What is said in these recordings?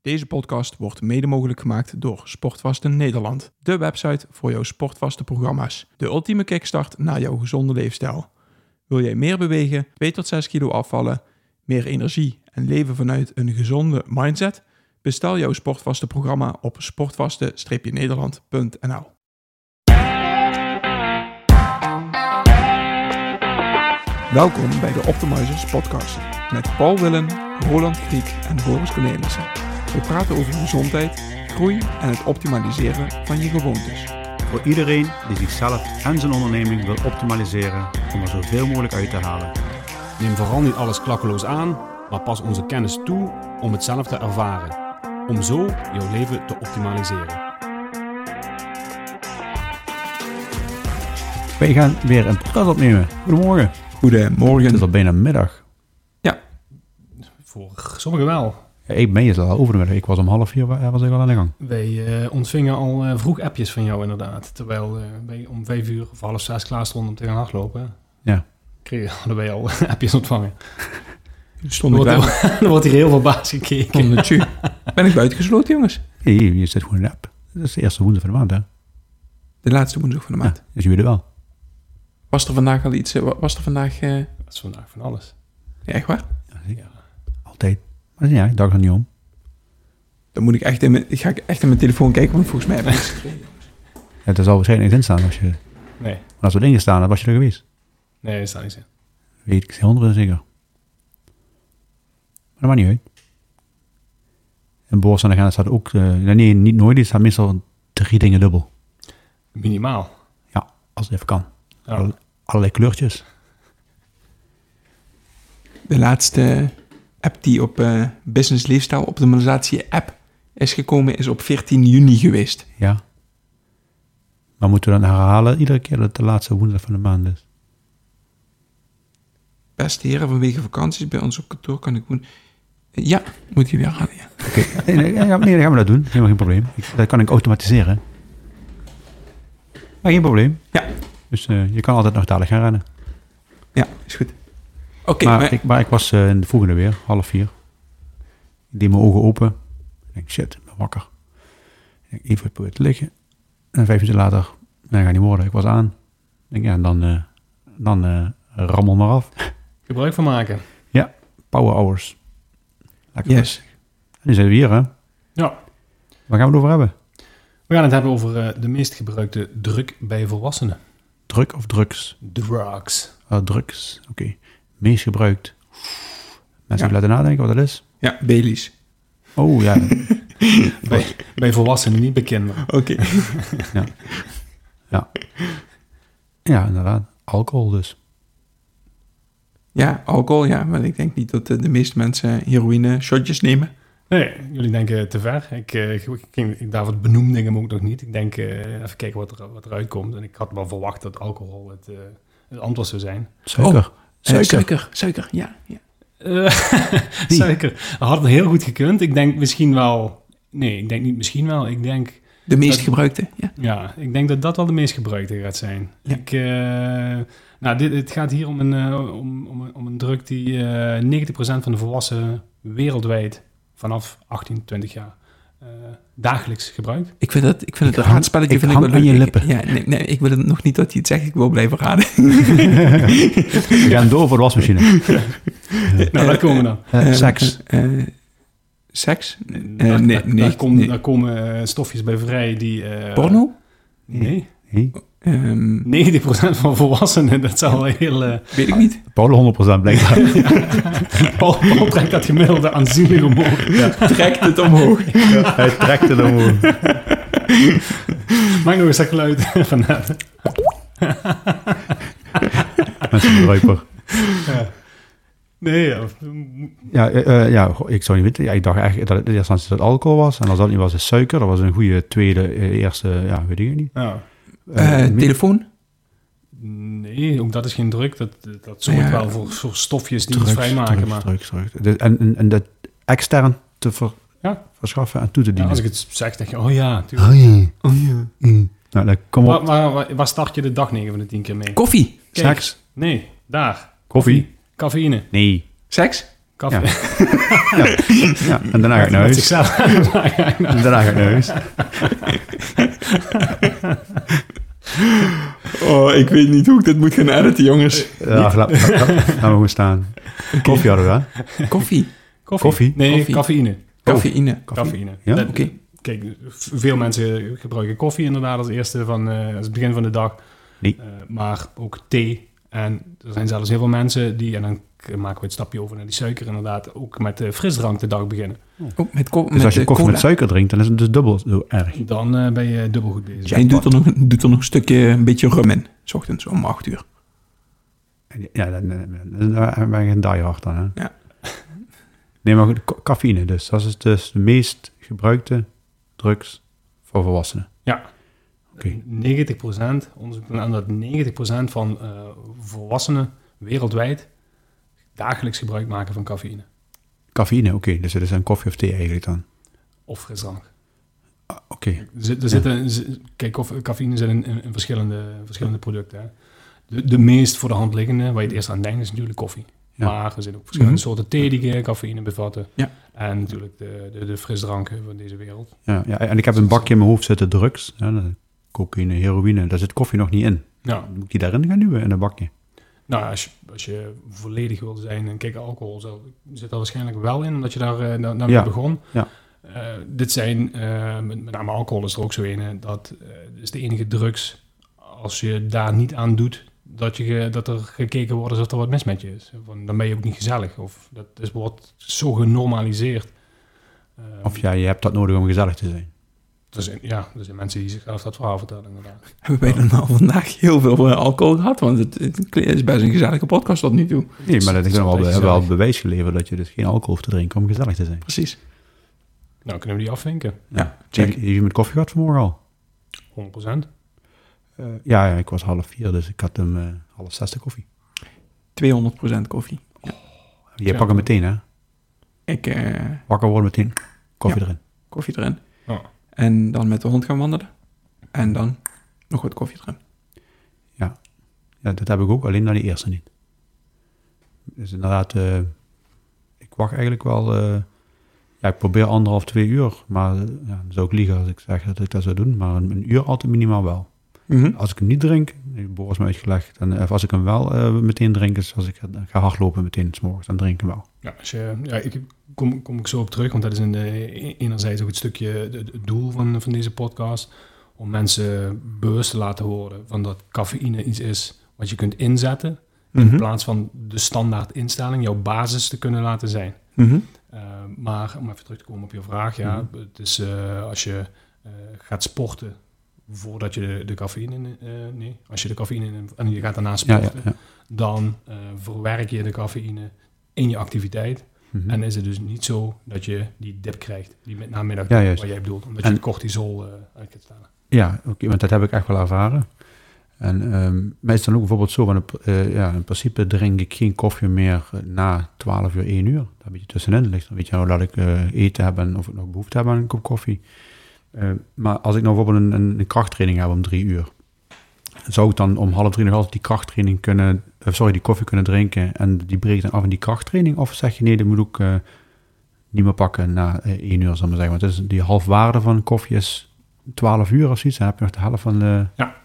Deze podcast wordt mede mogelijk gemaakt door Sportvasten Nederland. De website voor jouw sportvaste programma's. De ultieme kickstart naar jouw gezonde leefstijl. Wil jij meer bewegen, 2 tot 6 kilo afvallen, meer energie en leven vanuit een gezonde mindset? Bestel jouw sportvaste programma op sportvaste-nederland.nl. Welkom bij de Optimizers podcast met Paul Willen, Roland Griek en Boris Cornelissen. We praten over gezondheid, groei en het optimaliseren van je gewoontes. Voor iedereen die zichzelf en zijn onderneming wil optimaliseren om er zoveel mogelijk uit te halen. Neem vooral niet alles klakkeloos aan, maar pas onze kennis toe om het zelf te ervaren. Om zo jouw leven te optimaliseren. Wij gaan weer een podcast opnemen. Goedemorgen. Goedemorgen. Het is al bijna middag. Ja. Voor sommigen wel. Ja, ik ben je al over de middag. Ik was om 3:30 was ik al aan de gang. Wij ontvingen al vroeg appjes van jou inderdaad. Terwijl wij om 5:00 of 5:30 klaar stonden om te gaan hardlopen. Ja. Hadden wij al appjes ontvangen. Stond ik daar. Dan wordt hier heel verbaasd gekeken. Ben ik buitengesloten, jongens? Nee, je zit gewoon in de app. Dat is de eerste woensdag van de maand, hè? De laatste woensdag van de maand. Ja, dus jullie wel. Was er vandaag al iets? Was er vandaag... Dat is vandaag van alles. Ja, echt waar? Ja. Altijd. Maar ja, ik dacht er niet om. Dan moet ik echt ga ik echt in mijn telefoon kijken, want volgens mij heb ik iets gekregen. Ja, er zal waarschijnlijk niks in staan als je... Nee. Maar als er dingen staan, dan was je er geweest. Nee, er staat niks in. Weet ik 100% zeker. Maar dat maakt niet uit. En Boris aan de gaan staat ook... nee, niet nooit. Er staat meestal 3 dingen dubbel. Minimaal. Ja, als het even kan. Ja. Allerlei kleurtjes. De laatste app die op Business Leefstyle Optimalisatie app is gekomen, is op 14 juni geweest. Ja. Maar moeten we dan herhalen iedere keer dat het de laatste woensdag van de maand is? Beste heren, vanwege vakanties bij ons op kantoor kan ik doen... Ja, moet je weer herhalen, ja. Oké. Nee, dan gaan we dat doen. Helemaal geen probleem. Dat kan ik automatiseren. Maar geen probleem. Ja. Dus je kan altijd nog dadelijk gaan rennen. Ja, is goed. Oké, maar ik was in de volgende weer, 3:30. Ik deed mijn ogen open. Ik denk, shit, ik ben wakker. Ik denk, even proberen te liggen. En 5 minuten later, nee, gaat niet worden. Ik was aan. Ik denk, ja, dan rammel maar af. Gebruik van maken. Ja, power hours. Lekker. Yes. En nu zijn we hier, hè? Ja. Waar gaan we het over hebben? We gaan het hebben over de meest gebruikte drug bij volwassenen. Drug of drugs? Drugs. Drugs, oké. Meest gebruikt. Mensen laten nadenken wat dat is. Ja, Baileys. Oh, ja. Bij volwassenen, niet bij kinderen. Oké. Ja, inderdaad. Alcohol dus. Ja, alcohol, ja. Maar ik denk niet dat de meeste mensen heroïne shotjes nemen. Nee, jullie denken te ver. Ik daarvoor benoem dingen ook nog niet. Ik denk, even kijken wat eruit komt. En ik had wel verwacht dat alcohol het antwoord zou zijn. Suiker. Suiker, ja. Suiker. Dat had het heel goed gekund. Ik denk misschien wel... Nee, ik denk niet misschien wel. Ik denk... De meest gebruikte, ja. Ja, ik denk dat wel de meest gebruikte gaat zijn. Ja. Het gaat hier om een drug die 90% van de volwassenen wereldwijd vanaf 18, 20 jaar dagelijks gebruikt. Ik vind het een raadspelletje. Ik hang aan je lippen. Ja, nee, ik wil het nog niet dat hij het zegt. Ik wil blijven raden. We gaan door voor de wasmachine. Nou, daar komen we dan. Seks. Seks? Daar komen stofjes bij vrij die... Porno? Nee. 90% 90% 90%? van volwassenen, dat zal wel heel... Weet ik niet. Paul 100% blijkbaar. Paul trekt dat gemiddelde aanzienlijk omhoog. Ja. Trekt het omhoog. Ja, hij trekt het omhoog. Maak nog eens dat geluid van net. Met zijn ruiker. Ja. Nee, ik zou niet weten. Ja, ik dacht eigenlijk dat het in eerste instantie dat alcohol was. En als dat niet was, is suiker. Dat was een goede eerste, weet ik niet. Ja. Telefoon? Nee, ook dat is geen druk. Dat zorgt wel voor stofjes die iets vrijmaken. Drugs. En dat extern te verschaffen en toe te dienen. Ja, als ik het zeg, denk je, oh ja. Nou, dan kom op. Waar start je de dag 9 van de 10 keer mee? Koffie? Kijk, Seks? Nee, daar. Koffie? Cafeïne? Nee. Seks? Koffie. Ja, en daarna ga ik naar Met huis. zichzelf. En daarna ga ik naar huis. Oh, ik weet niet hoe ik dit moet gaan editen, jongens. Ja, laten we gewoon staan. Koffie hadden we, hè? Koffie. Koffie? Nee, Koffie. cafeïne. Cafeïne. Cafeïne. Ja? Dat- Oké. Kijk, veel mensen gebruiken koffie inderdaad als eerste als het begin van de dag. Nee. Maar ook thee. En er zijn zelfs heel veel mensen die, en dan maken we het stapje over naar die suiker inderdaad, ook met frisdrank de dag beginnen. Ook met Dus als je koffie cola. met suiker drinkt, dan is het dus dubbel zo erg. Dan ben je dubbel goed bezig. Jij doet er nog een stukje, een beetje rum in. 's Ochtends om 8 uur. Ja, dan ben je een diehard dan, hè? Ja. Nee, maar goed, cafeïne dus. Dat is dus de meest gebruikte drugs voor volwassenen. Ja. Oké. 90%, onderzoek aan dat 90% van volwassenen wereldwijd dagelijks gebruik maken van cafeïne. Cafeïne, oké. Dus het is een koffie of thee eigenlijk dan. Of frisdrank. Oké. Kijk, cafeïne zit in verschillende producten. Hè. De meest voor de hand liggende, waar je het eerst aan denkt, is natuurlijk koffie. Ja. Maar er zijn ook verschillende soorten thee die cafeïne bevatten. Ja. En natuurlijk de frisdranken van deze wereld. Ja, en ik heb een bakje in mijn hoofd zitten drugs. Ja, cocaïne, heroïne. Daar zit koffie nog niet in. Ja. Moet ik die daarin gaan duwen in een bakje? Nou, als je volledig wil zijn, en kijk, alcohol zit er waarschijnlijk wel in, omdat je daar mee begon. Ja. Dit zijn, met name alcohol is er ook zo een, dat is de enige drugs, als je daar niet aan doet, dat er gekeken wordt alsof er wat mis met je is. Dan ben je ook niet gezellig, of wordt zo genormaliseerd. Of ja, je hebt dat nodig om gezellig te zijn. Er zijn mensen die zichzelf dat verhaal vertellen, inderdaad. Hebben wij dan al vandaag heel veel alcohol gehad? Want het is best een gezellige podcast tot nu toe. Nee, maar dat is wel we hebben wel bewijs geleverd dat je dus geen alcohol hoeft te drinken om gezellig te zijn. Precies. Nou, kunnen we die afvinken. Ja, Check. check. Heb je met koffie gehad vanmorgen al? 100%. Ja, ik was 5:30, dus ik had hem 5:30 de koffie. 200% koffie. Je Ja. pakt hem meteen, hè? Ik Wakker worden meteen, koffie erin. koffie erin. Oh. En dan met de hond gaan wandelen. En dan nog wat koffie erin. Ja, dat heb ik ook, alleen naar die eerste niet. Dus inderdaad, ik wacht eigenlijk wel... ik probeer 1,5-2 uur, maar dan zou ik liegen als ik zeg dat ik dat zou doen. Maar een uur altijd minimaal wel. Als ik hem niet drink, Boris is me uitgelegd, of als ik hem wel meteen drink, is als ik ga hardlopen meteen 's morgens, dan drink ik hem wel. Ja, ik kom ik zo op terug, want dat is enerzijds ook het stukje, het doel van deze podcast, om mensen bewust te laten worden van dat cafeïne iets is wat je kunt inzetten, in plaats van de standaard instelling, jouw basis te kunnen laten zijn. Maar om even terug te komen op je vraag, het is als je gaat sporten voordat je de cafeïne als je de cafeïne en je gaat daarna sporten, dan verwerk je de cafeïne in je activiteit. En is het dus niet zo dat je die dip krijgt, die namiddag wat jij bedoelt, omdat je cortisol uit gaat staan. Ja, oké, want dat heb ik echt wel ervaren. En mij is dan ook bijvoorbeeld zo, want in principe drink ik geen koffie meer na 12 uur, 1 uur. Daar een beetje tussenin ligt. Dan weet je nou dat ik eten heb en of ik nog behoefte heb aan een kop koffie. Maar als ik nou bijvoorbeeld een krachttraining heb om 3 uur, zou ik dan om 2:30 nog altijd die krachttraining die koffie kunnen drinken en die breekt dan af in die krachttraining? Of zeg je nee, dat moet ook niet meer pakken na 1 uur, zal ik maar zeggen. Want het is die halfwaarde van koffie is 12 uur of zoiets. Dan heb je nog de helft van de... Ja,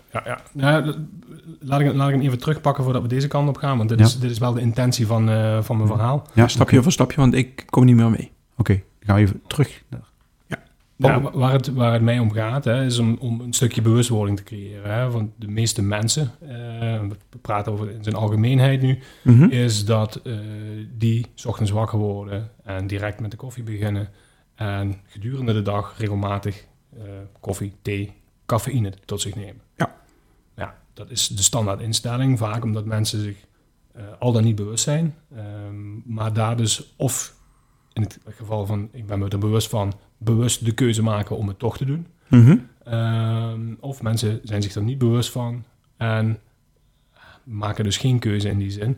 laat ik hem even terugpakken voordat we deze kant op gaan, want dit is wel de intentie van mijn verhaal. Ja, stapje voor stapje, want ik kom niet meer mee. Oké, dan gaan we even terug. Ja, waar het mij om gaat, is om een stukje bewustwording te creëren. Hè? Want de meeste mensen, we praten over in zijn algemeenheid nu, is dat die 's ochtends wakker worden en direct met de koffie beginnen en gedurende de dag regelmatig koffie, thee, cafeïne tot zich nemen. Ja, dat is de standaard instelling, vaak omdat mensen zich al dan niet bewust zijn. Maar daar dus, of in het geval van, ik ben me er bewust van, bewust de keuze maken om het toch te doen. Of mensen zijn zich er niet bewust van en maken dus geen keuze in die zin.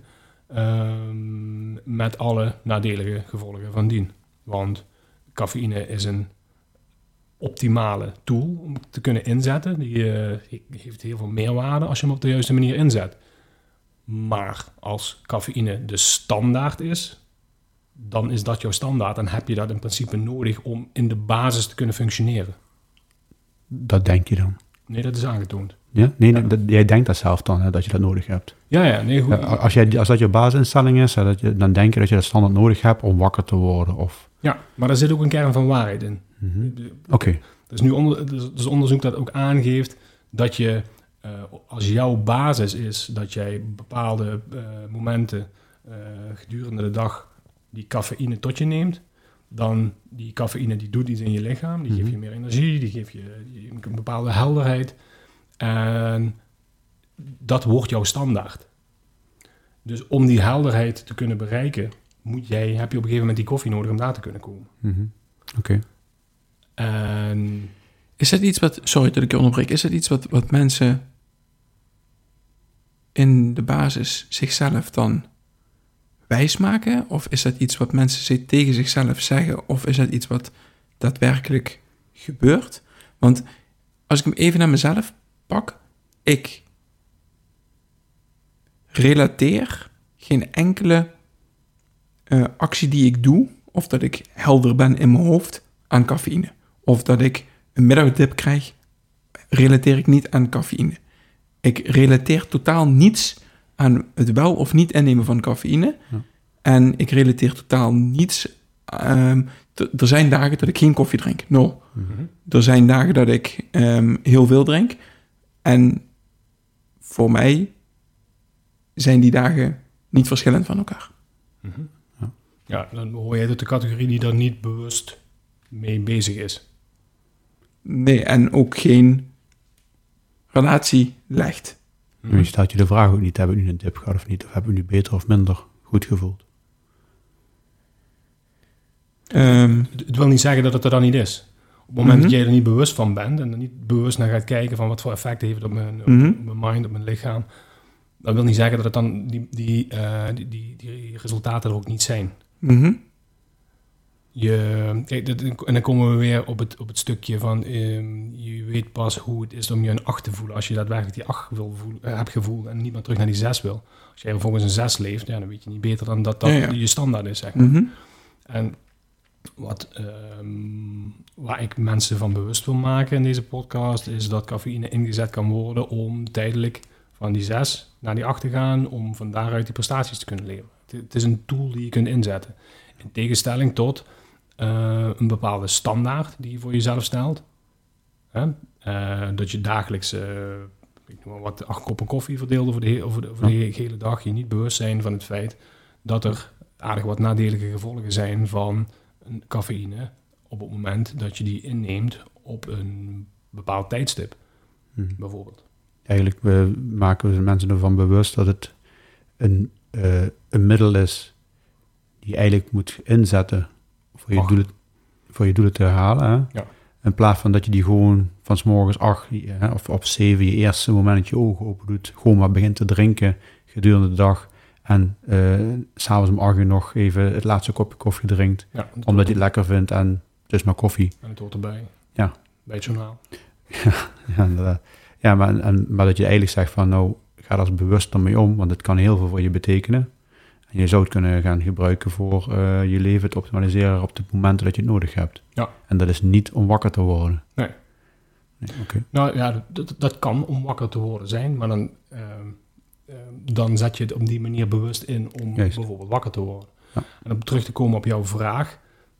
Met alle nadelige gevolgen van dien. Want cafeïne is een optimale tool om te kunnen inzetten. Die heeft heel veel meerwaarde als je hem op de juiste manier inzet. Maar als cafeïne de standaard is, dan is dat jouw standaard en heb je dat in principe nodig om in de basis te kunnen functioneren. Dat denk je dan? Nee, dat is aangetoond. Ja? Nee, jij denkt dat zelf dan, hè, dat je dat nodig hebt. Ja, nee, goed. Als dat je basisinstelling is, hè, dan denk je dat je dat standaard nodig hebt om wakker te worden. Of... Ja, maar daar zit ook een kern van waarheid in. Oké. Er is nu onderzoek dat ook aangeeft dat je, als jouw basis is dat jij bepaalde momenten gedurende de dag die cafeïne tot je neemt, dan die cafeïne die doet iets in je lichaam, die geeft je meer energie, die geeft je een bepaalde helderheid en dat wordt jouw standaard. Dus om die helderheid te kunnen bereiken, heb je op een gegeven moment die koffie nodig om daar te kunnen komen. Oké. En is dat iets wat, sorry dat ik je onderbreek, is dat iets wat mensen in de basis zichzelf dan wijsmaken? Of is dat iets wat mensen tegen zichzelf zeggen? Of is dat iets wat daadwerkelijk gebeurt? Want als ik hem even naar mezelf pak, ik relateer geen enkele actie die ik doe, of dat ik helder ben in mijn hoofd, aan cafeïne. Of dat ik een middagdip krijg, relateer ik niet aan cafeïne. Ik relateer totaal niets aan het wel of niet innemen van cafeïne. Ja. En ik relateer totaal niets. Er zijn dagen dat ik geen koffie drink. Nul. Mm-hmm. Er zijn dagen dat ik heel veel drink. En voor mij zijn die dagen niet verschillend van elkaar. Mm-hmm. Ja, dan hoor jij tot de categorie die daar niet bewust mee bezig is. Nee, en ook geen relatie legt. Nu stelt je de vraag ook niet, hebben we nu een dip gehad of niet? Of hebben we nu beter of minder goed gevoeld? Het wil niet zeggen dat het er dan niet is. Op het moment dat jij er niet bewust van bent en er niet bewust naar gaat kijken van wat voor effecten heeft het op mijn mind, op mijn lichaam, dat wil niet zeggen dat het dan die resultaten er ook niet zijn. Mm-hmm. Kijk, en dan komen we weer op het stukje van je weet pas hoe het is om je een 8 te voelen als je daadwerkelijk die 8 hebt gevoeld en niet meer terug naar die 6 wil. Als jij volgens een 6 leeft, dan weet je niet beter dan dat je standaard is, zeg maar. Mm-hmm. En waar ik mensen van bewust wil maken in deze podcast, is dat cafeïne ingezet kan worden om tijdelijk van die 6 naar die 8 te gaan, om van daaruit die prestaties te kunnen leveren. Het is een tool die je kunt inzetten. In tegenstelling tot een bepaalde standaard die je voor jezelf stelt. Dat je dagelijks 8 koppen koffie verdeelt over de hele dag. Je niet bewust zijn van het feit dat er aardig wat nadelige gevolgen zijn van cafeïne op het moment dat je die inneemt op een bepaald tijdstip, bijvoorbeeld. Eigenlijk maken we mensen ervan bewust dat het een middel is die je eigenlijk moet inzetten voor je doelen te halen. Hè? Ja. In plaats van dat je die gewoon van 's morgens 8 of op 7 je eerste moment dat je ogen open doet, gewoon maar begint te drinken gedurende de dag. En 's avonds om 8 uur nog even het laatste kopje koffie drinkt. Ja, omdat je het lekker vindt en dus maar koffie. En het hoort erbij. Ja. Bij het journaal. Maar dat je eigenlijk zegt van nou, ga er bewust mee om, want het kan heel veel voor je betekenen. En je zou het kunnen gaan gebruiken voor je leven te optimaliseren op de momenten dat je het nodig hebt. Ja. En dat is niet om wakker te worden. Nee. Okay. Nou ja, dat kan om wakker te worden zijn, maar dan zet je het op die manier bewust in om bijvoorbeeld wakker te worden. Ja. En om terug te komen op jouw vraag,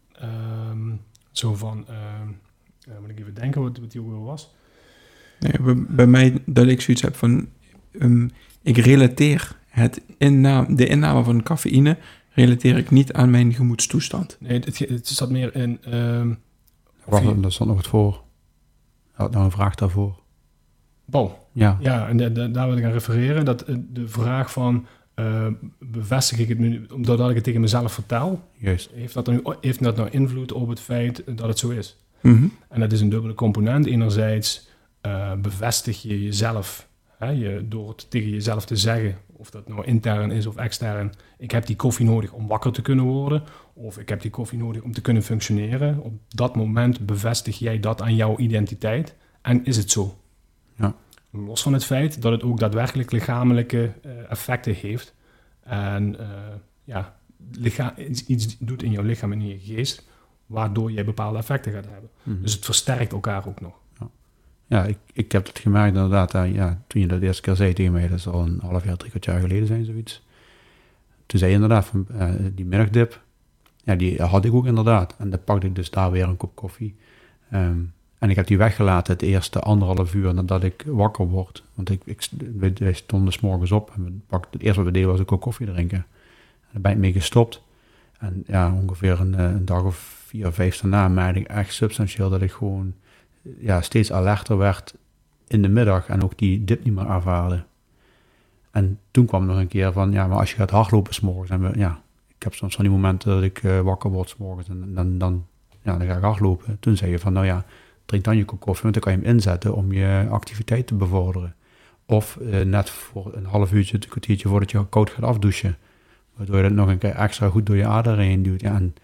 moet ik even denken wat die ook weer was. Nee, bij mij dat ik zoiets heb van, ik relateer de inname van cafeïne, relateer ik niet aan mijn gemoedstoestand. Nee, het zat meer in... Daar stond nog wat voor. Had nou een vraag daarvoor? Oh, ja, en daar wil ik aan refereren. Dat de vraag van, bevestig ik het nu, doordat ik het tegen mezelf vertel, juist. Heeft dat nou invloed op het feit dat het zo is? Mm-hmm. En dat is een dubbele component. Enerzijds bevestig je jezelf, door het tegen jezelf te zeggen, of dat nou intern is of extern, ik heb die koffie nodig om wakker te kunnen worden, of ik heb die koffie nodig om te kunnen functioneren. Op dat moment bevestig jij dat aan jouw identiteit en is het zo. Ja. Los van het feit dat het ook daadwerkelijk lichamelijke effecten heeft. En iets doet in jouw lichaam en in je geest, waardoor je bepaalde effecten gaat hebben. Mhm. Dus het versterkt elkaar ook nog. Ja, ik heb het gemerkt inderdaad. Toen je dat de eerste keer zei tegen mij, dat zal een half jaar, 3 kwartier geleden zijn, zoiets. Toen zei je inderdaad van die middagdip, ja, die had ik ook inderdaad. En dan pakte ik dus daar weer een kop koffie. En ik heb die weggelaten het eerste 1,5 uur nadat ik wakker word. Want wij stonden 's morgens op en het eerste wat we deden was een kop koffie drinken. En daar ben ik mee gestopt. En ja, ongeveer een dag of 4, 5 daarna merkte ik echt substantieel dat ik gewoon steeds alerter werd in de middag en ook die dip niet meer ervaarde. En toen kwam nog een keer van, ja, maar als je gaat hardlopen 's morgens, ik heb soms van die momenten dat ik wakker word 's morgens en dan ga ik hardlopen. Toen zei je van, nou ja, drink dan je kop koffie, want dan kan je hem inzetten om je activiteit te bevorderen. Of net voor een half uurtje, een kwartiertje voordat je koud gaat afdouchen. Waardoor je dat nog een keer extra goed door je aderen heen duwt. Ja, en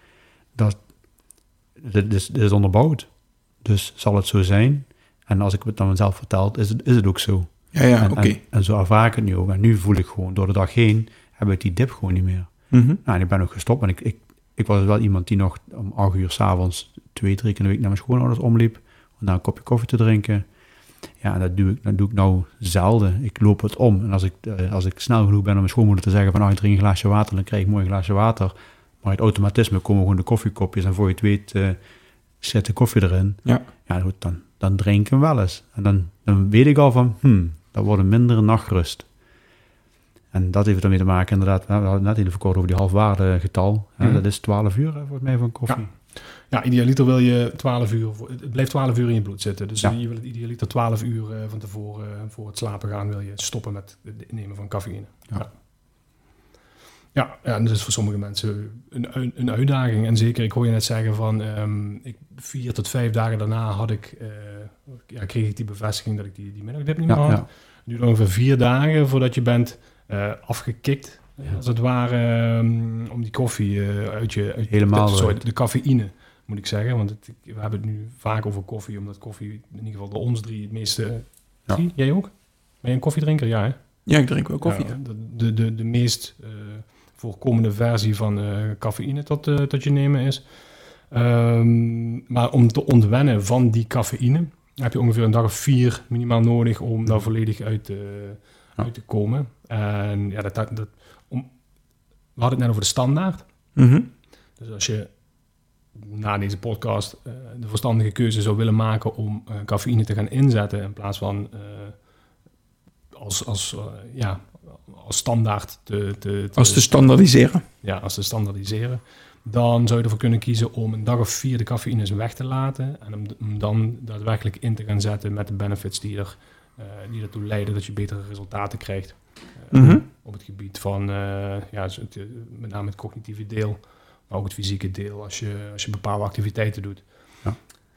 dit is onderbouwd. Dus zal het zo zijn. En als ik het dan mezelf vertel, is het ook zo. Ja, oké. En zo ervaar ik het nu ook. En nu voel ik gewoon, door de dag heen, heb ik die dip gewoon niet meer. Mm-hmm. Nou, en ik ben ook gestopt. En ik was wel iemand die nog om 8 uur 's avonds 2, 3 keer in de week naar mijn schoonouders omliep. Om daar een kopje koffie te drinken. Ja, en dat doe ik nou zelden. Ik loop het om. En als ik snel genoeg ben om mijn schoonmoeder te zeggen van, ik drink een glaasje water, dan krijg ik mooi een glaasje water. Maar het automatisme komen gewoon de koffiekopjes. En voor je het weet, zet de koffie erin. Ja. Ja, goed, dan drink ik hem wel eens. En dan weet ik al van, dat wordt een mindere nachtrust. En dat heeft ermee te maken, inderdaad. We hadden het net even kort over die halfwaardegetal. Mm-hmm. Dat is 12 uur, volgens mij, van koffie. Ja, idealiter wil je 12 uur... Het blijft 12 uur in je bloed zitten. Dus Ja. je wil het idealiter 12 uur van tevoren, voor het slapen gaan, wil je stoppen met het innemen van cafeïne. Ja, en dat is voor sommige mensen een uitdaging. En zeker, ik hoor je net zeggen van... 4 tot 5 dagen daarna kreeg ik die bevestiging dat ik die middagdip niet meer had. Ja. Het duurde ongeveer 4 dagen voordat je bent afgekikt, als het ware, om die koffie de cafeïne, moet ik zeggen. Want we hebben het nu vaak over koffie, omdat koffie in ieder geval door ons 3 het meeste... Jij ook? Ben je een koffiedrinker? Ja, hè? Ja, ik drink wel koffie. Ja, de meest voorkomende versie van cafeïne tot je nemen is. Maar om te ontwennen van die cafeïne heb je ongeveer een dag of 4 minimaal nodig om daar volledig uit te komen. En ja, we hadden het net over de standaard. Mm-hmm. Dus als je na deze podcast de verstandige keuze zou willen maken om cafeïne te gaan inzetten in plaats van als standaard als te standaardiseren. Ja, als te standaardiseren. Dan zou je ervoor kunnen kiezen om een dag of 4 de cafeïnes weg te laten en om dan daadwerkelijk in te gaan zetten met de benefits die ertoe leiden dat je betere resultaten krijgt. Op het gebied van met name het cognitieve deel, maar ook het fysieke deel als je bepaalde activiteiten doet. Ja.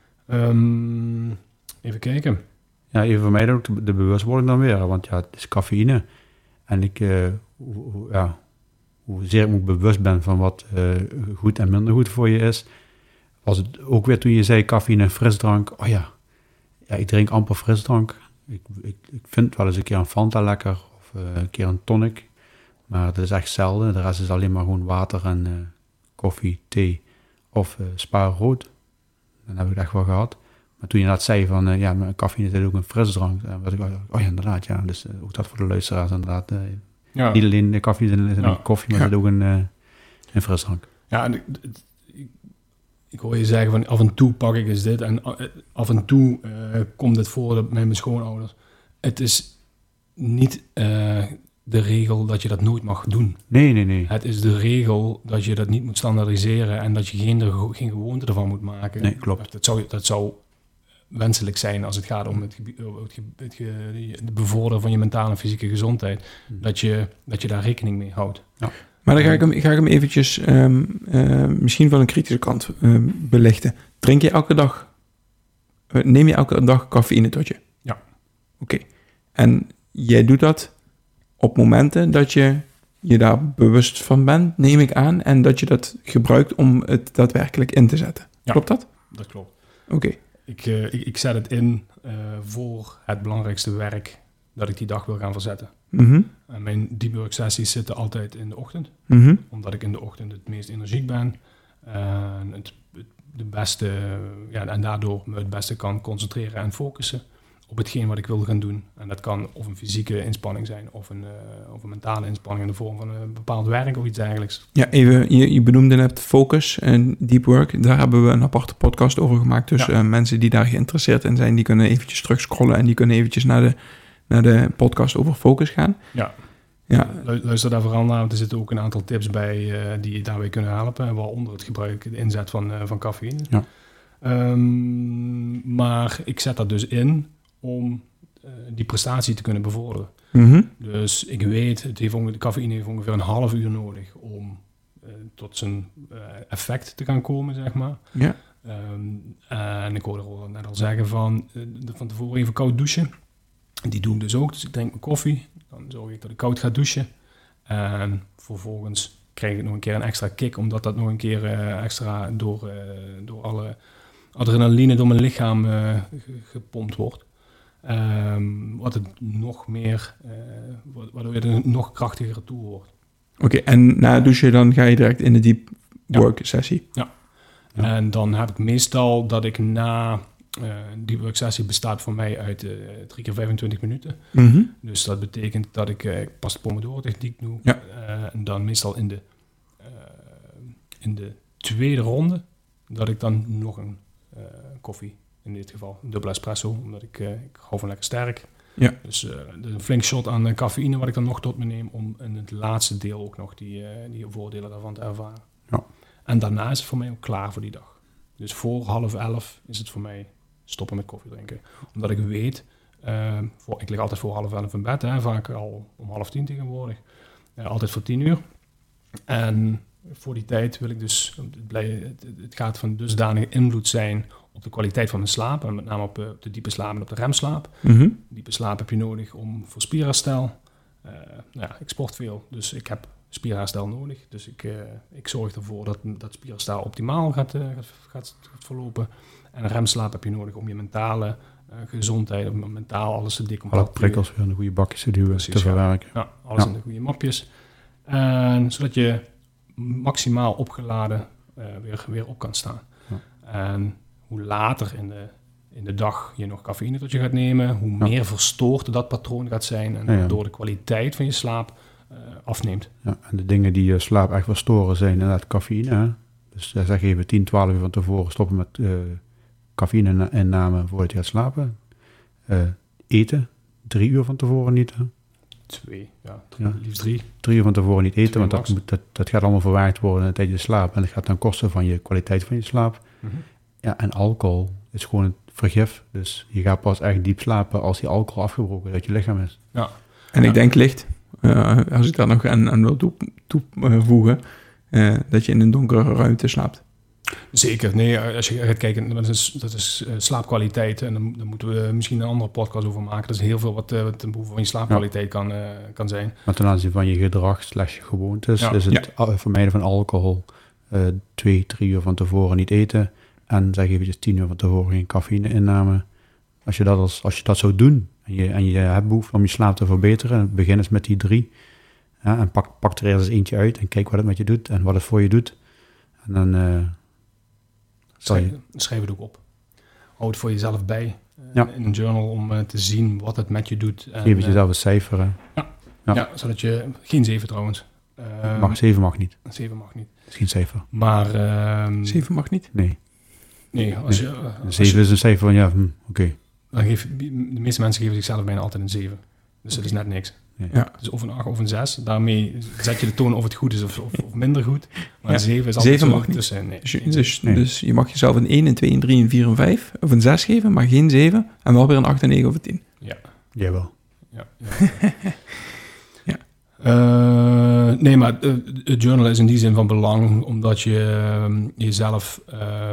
Even kijken. Ja, even voor mij dan ook de bewustwording dan weer, want ja, het is cafeïne. En hoezeer ik me bewust ben van wat goed en minder goed voor je is, was het ook weer toen je zei cafeïne en frisdrank. Oh ja, ik drink amper frisdrank. Ik vind wel eens een keer een Fanta lekker of een keer een tonic. Maar dat is echt zelden. De rest is alleen maar gewoon water en koffie, thee of Spa rood. Dan heb ik het echt wel gehad. Maar toen je dat zei van, maar cafeïne is ook een frisdrank. Was ik ja, inderdaad, ja. Dus ook dat voor de luisteraars inderdaad. Niet alleen de koffie is een koffie, maar dat is ook een frisdrank. Ja, en ik hoor je zeggen van af en toe pak ik eens dit en af en toe komt het voor met mijn schoonouders. Het is niet de regel dat je dat nooit mag doen. Nee. Het is de regel dat je dat niet moet standaardiseren en dat je geen gewoonte ervan moet maken. Nee, klopt. Dat zou wenselijk zijn als het gaat om het bevorderen van je mentale en fysieke gezondheid. Dat je daar rekening mee houdt. Ja. Maar dan ga ik hem eventjes misschien van een kritische kant belichten. Neem je elke dag cafeïne tot je? Ja. Oké. En jij doet dat op momenten dat je daar bewust van bent, neem ik aan, en dat je dat gebruikt om het daadwerkelijk in te zetten. Ja, klopt dat? Dat klopt. Oké. Ik zet het in voor het belangrijkste werk dat ik die dag wil gaan verzetten. Mm-hmm. En mijn deep work sessies zitten altijd in de ochtend. Mhm. Omdat ik in de ochtend het meest energiek ben. En de beste, en daardoor me het beste kan concentreren en focussen op hetgeen wat ik wil gaan doen. En dat kan of een fysieke inspanning zijn of een mentale inspanning in de vorm van een bepaald werk of iets dergelijks. Ja, even, je benoemde net focus en deep work. Daar hebben we een aparte podcast over gemaakt. Dus mensen die daar geïnteresseerd in zijn, die kunnen eventjes terugscrollen en die kunnen eventjes naar de podcast over focus gaan. Ja. Ja. Luister daar vooral naar, want er zitten ook een aantal tips bij die je daarbij kunnen helpen. Waaronder het gebruik, de inzet van cafeïne. Ja. Maar ik zet dat dus in om die prestatie te kunnen bevorderen. Mhm. Dus ik weet, de cafeïne heeft ongeveer een half uur nodig om tot zijn effect te gaan komen, zeg maar. Ja. En ik hoorde al net al zeggen van tevoren even koud douchen. Die doe ik dus ook. Dus ik drink mijn koffie. Dan zorg ik dat ik koud ga douchen. En vervolgens krijg ik nog een keer een extra kick, omdat dat nog een keer extra door alle adrenaline door mijn lichaam gepompt wordt. Wat het nog meer, waardoor je er een nog krachtigere tool wordt. Oké, en na het douchen dan ga je direct in de deep work sessie. Ja. En dan heb ik meestal dat ik na die work sessie bestaat voor mij uit 3 keer 25 minuten. Mhm. Dus dat betekent dat ik pas de Pomodoro techniek doe. Ja. En dan meestal in de tweede ronde dat ik dan nog een koffie, in dit geval een dubbele espresso, omdat ik hou van lekker sterk. Ja. Dus een flink shot aan cafeïne wat ik dan nog tot me neem om in het laatste deel ook nog die voordelen daarvan te ervaren. Ja. En daarna is het voor mij ook klaar voor die dag. Dus voor 10:30 is het voor mij stoppen met koffie drinken. Omdat ik weet, ik lig altijd voor 10:30 in bed, vaak al om 9:30 tegenwoordig. Altijd voor 10 uur. En voor die tijd wil ik dus, het gaat van dusdanige invloed zijn op de kwaliteit van mijn slaap. En met name op de diepe slaap en op de remslaap. Mhm. Diepe slaap heb je nodig voor spierherstel. Ik sport veel, dus ik heb spierherstel nodig. Dus ik zorg ervoor dat spierherstel optimaal gaat verlopen. En remslaap heb je nodig om je mentale gezondheid, om mentaal alles te dik om Alle prikkels weer in de goede bakjes te duwen, Precies, te verwerken. Ja, alles in de goede mapjes. En zodat je maximaal opgeladen weer op kan staan. Ja. En hoe later in de dag je nog cafeïne tot je gaat nemen, hoe meer verstoord dat patroon gaat zijn en waardoor de kwaliteit van je slaap afneemt. Ja, en de dingen die je slaap echt verstoren zijn inderdaad cafeïne. Hè? Dus zeg even 10, 12 uur van tevoren stoppen met cafeïne-inname voordat je gaat slapen. Eten, 3 uur van tevoren niet. Hè? 2, liefst 3. 3 uur van tevoren niet eten, want max. dat gaat allemaal verwerkt worden tijdens je slaap. En dat gaat ten koste van je kwaliteit van je slaap. Mm-hmm. Ja, en alcohol is gewoon een vergif. Dus je gaat pas echt diep slapen als die alcohol afgebroken uit je lichaam is. Ja. En ik denk licht, als ik daar nog aan wil toevoegen, dat je in een donkere ruimte slaapt. Zeker. Nee, als je gaat kijken, dat is slaapkwaliteit. En dan moeten we misschien een andere podcast over maken. Er is heel veel wat ten behoeve van je slaapkwaliteit kan zijn. Maar ten aanzien van je gedrag / gewoontes is het vermijden van alcohol 2, 3 uur van tevoren niet eten. En zeg eventjes 10 uur van tevoren geen cafeïne-inname. Als je dat zou doen en je hebt behoefte om je slaap te verbeteren, begin eens met die 3. Ja, en pak er eerst eens eentje uit en kijk wat het met je doet en wat het voor je doet. En dan schrijf het ook op. Hou het voor jezelf bij in een journal om te zien wat het met je doet. Geef het jezelf een cijfer. Hè? Ja, zodat je... Geen 7 trouwens. 7 mag niet. 7 mag niet. Dat is geen cijfer. Maar... 7 mag niet? Nee. Nee, 7 is een cijfer van oké. Dan de meeste mensen geven zichzelf bijna altijd een 7. Dus dat is net niks. Nee. Ja. Dus of een 8 of een 6. Daarmee zet je de toon of het goed is of minder goed. Maar een 7 is altijd 7 mag niet. tussen. Nee. Dus je mag jezelf een 1, een 2, een 3, een 4, een 5 of een 6 geven, maar geen 7. En wel weer een 8, een 9 of een 10. Ja. Jawel. Ja. Ja. Nee, maar het journal is in die zin van belang, omdat je jezelf...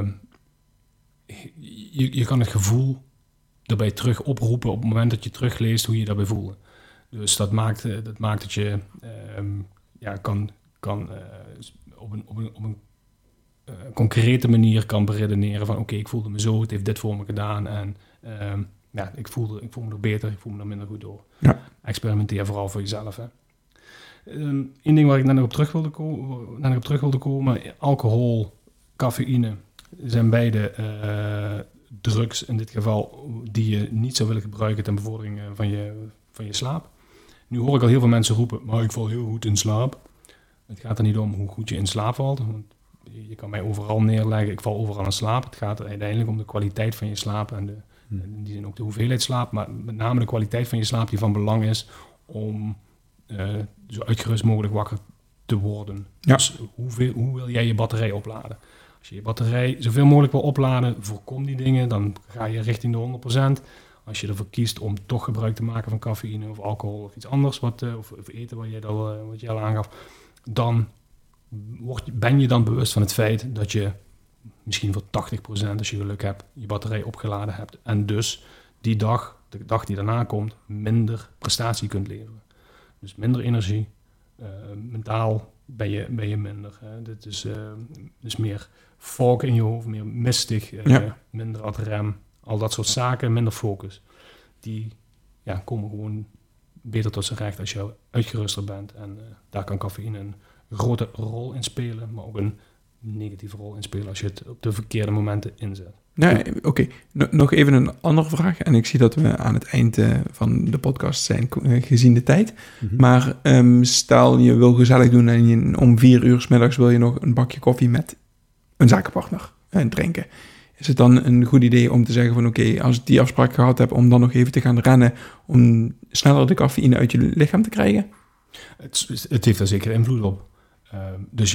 Je kan het gevoel erbij terug oproepen op het moment dat je terugleest hoe je daarbij voelde. Dus dat maakt dat je kan op een concrete manier kan beredeneren van oké, ik voelde me zo, het heeft dit voor me gedaan en ik voel me er beter, ik voel me er minder goed door. Ja. Experimenteer vooral voor jezelf. Hè. Eén ding waar ik net nog op terug wilde komen. Alcohol, cafeïne zijn beide drugs in dit geval die je niet zou willen gebruiken ten bevordering van je slaap. Nu hoor ik al heel veel mensen roepen, maar ik val heel goed in slaap. Het gaat er niet om hoe goed je in slaap valt. Want je kan mij overal neerleggen, ik val overal in slaap. Het gaat er uiteindelijk om de kwaliteit van je slaap en in die zin ook de hoeveelheid slaap. Maar met name de kwaliteit van je slaap die van belang is om zo uitgerust mogelijk wakker te worden. Ja. Dus hoe wil jij je batterij opladen? Als je je batterij zoveel mogelijk wil opladen, voorkom die dingen. Dan ga je richting de 100%. Als je ervoor kiest om toch gebruik te maken van cafeïne of alcohol of iets anders, of eten wat je al aangaf, dan ben je dan bewust van het feit dat je misschien voor 80%, als je geluk hebt, je batterij opgeladen hebt. En dus de dag die daarna komt, minder prestatie kunt leveren. Dus minder energie, mentaal ben je minder. Hè. Dit is dus meer fog in je hoofd, meer mistig, minder ad rem. Al dat soort zaken, minder focus. Die komen gewoon beter tot zijn recht als je uitgeruster bent. En daar kan cafeïne een grote rol in spelen, maar ook een negatieve rol in spelen als je het op de verkeerde momenten inzet. Nee, oké. Nog even een andere vraag. En ik zie dat we aan het eind van de podcast zijn, gezien de tijd. Mm-hmm. Maar stel je wil gezellig doen en om 4 uur 's middags wil je nog een bakje koffie met een zakenpartner drinken. Is het dan een goed idee om te zeggen van oké, als ik die afspraak gehad heb, om dan nog even te gaan rennen om sneller de cafeïne uit je lichaam te krijgen? Het heeft daar zeker invloed op. Dus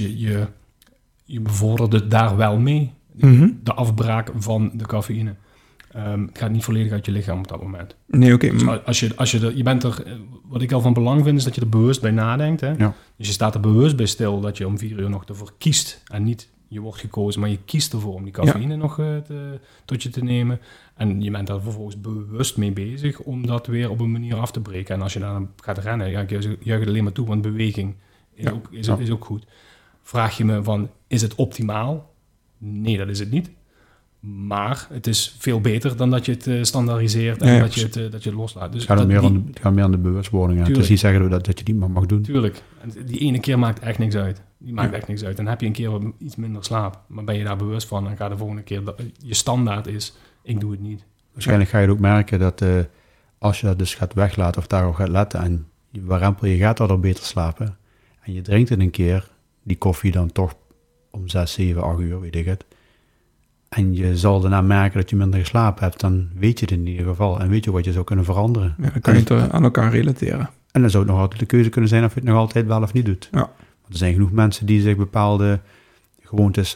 je bevordert het daar wel mee. Mm-hmm. De afbraak van de cafeïne. Het gaat niet volledig uit je lichaam op dat moment. Nee, oké. Dus je bent er, wat ik al van belang vind, is dat je er bewust bij nadenkt. Hè? Ja. Dus je staat er bewust bij stil dat je om 4 uur nog ervoor kiest. En niet je wordt gekozen, maar je kiest ervoor om die cafeïne nog tot je te nemen. En je bent daar vervolgens bewust mee bezig om dat weer op een manier af te breken. En als je dan gaat rennen, ik juich het alleen maar toe, want beweging is ook goed. Vraag je me van, is het optimaal? Nee, dat is het niet. Maar het is veel beter dan dat je het standaardiseert en dat je het loslaat. Dus het gaat meer aan de bewustwording. Het is niet zeggen dat je het niet meer mag doen. Tuurlijk. En die ene keer maakt echt niks uit. Dan heb je een keer iets minder slaap. Maar ben je daar bewust van en ga de volgende keer... Je standaard is, ik doe het niet. Waarschijnlijk ga je ook merken dat als je dat dus gaat weglaten of daarop gaat letten en je gaat daardoor beter slapen en je drinkt het een keer, die koffie dan toch om 6, 7, 8 uur, weet ik het. En je zal daarna merken dat je minder geslapen hebt, dan weet je het in ieder geval. En weet je wat je zou kunnen veranderen. Ja, dan kan je het aan elkaar relateren. En dan zou het nog altijd de keuze kunnen zijn of je het nog altijd wel of niet doet. Ja. Want er zijn genoeg mensen die zich bepaalde gewoontes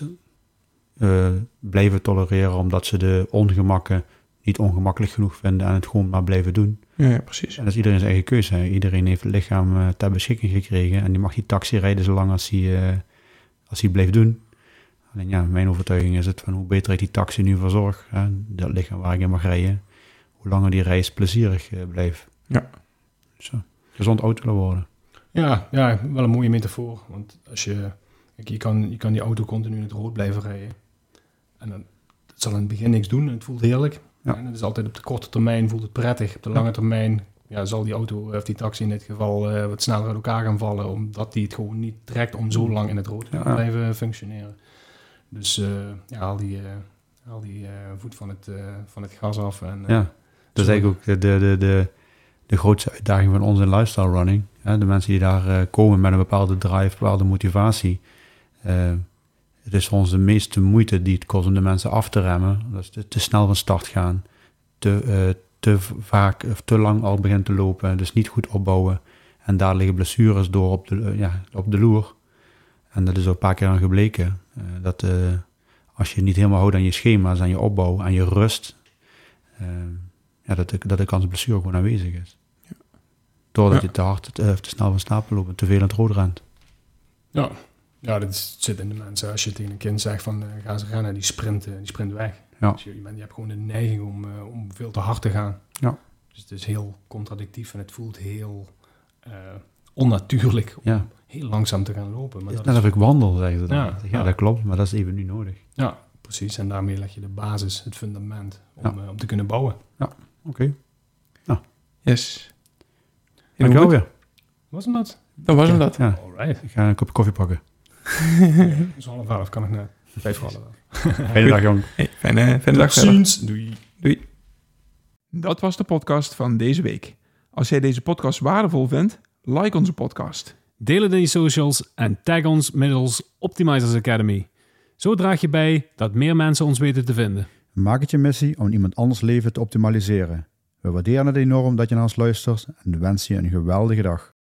blijven tolereren, omdat ze de ongemakken niet ongemakkelijk genoeg vinden en het gewoon maar blijven doen. Ja, precies. En dat is iedereen zijn eigen keuze. Hè. Iedereen heeft het lichaam ter beschikking gekregen en die mag die taxi rijden zolang als hij blijft doen. Alleen mijn overtuiging is het van hoe beter ik die taxi nu verzorg, dat lichaam waar ik in mag rijden, hoe langer die reis plezierig blijft. Ja. Zo. Gezond oud willen worden. Ja, wel een mooie metafoor. Want als je kan die auto continu in het rood blijven rijden. En dan het zal in het begin niks doen. Het voelt heerlijk. Ja. En het is altijd op de korte termijn voelt het prettig. Op de lange termijn zal die auto of die taxi in dit geval wat sneller uit elkaar gaan vallen. Omdat die het gewoon niet trekt om zo lang in het rood te blijven functioneren. Dus haal die voet van het gas af. En, dat is eigenlijk ook de grootste uitdaging van ons in lifestyle running. De mensen die daar komen met een bepaalde drive, een bepaalde motivatie. Het is voor ons de meeste moeite die het kost om de mensen af te remmen. Dat is te snel van start gaan. Te vaak of te lang al begint te lopen. Dus niet goed opbouwen. En daar liggen blessures door op de loer. En dat is ook een paar keer aan gebleken. Dat als je niet helemaal houdt aan je schema's, aan je opbouw, aan je rust. Dat de kans op blessure gewoon aanwezig is. Ja. Doordat je te hard, te snel van stapel loopt en te veel aan het rood rent. Ja, dat zit in de mensen. Als je tegen een kind zegt van ga ze rennen, die sprint weg. Ja. Dus je hebt gewoon de neiging om veel te hard te gaan. Ja. Dus het is heel contradictief en het voelt heel onnatuurlijk om heel langzaam te gaan lopen. Maar net of ik wandel, zeggen ze dan. Ja, dat klopt, maar dat is even nu nodig. Ja, precies. En daarmee leg je de basis, het fundament, om te kunnen bouwen. Ja, oké. Yes. Dankjewel weer. Was hem dat? Dan was hem dat. Ja, Alright. ik ga een kopje koffie pakken. Zo'n 11 kan ik net. 5 voor 11. Fijne dag, jong. Hey, fijne dag verder. Ziens. Doei. Doei. Dat was de podcast van deze week. Als jij deze podcast waardevol vindt, like onze podcast. Deel het in je socials en tag ons middels Optimizers Academy. Zo draag je bij dat meer mensen ons weten te vinden. Maak het je missie om iemand anders leven te optimaliseren. We waarderen het enorm dat je naar ons luistert en wensen je een geweldige dag.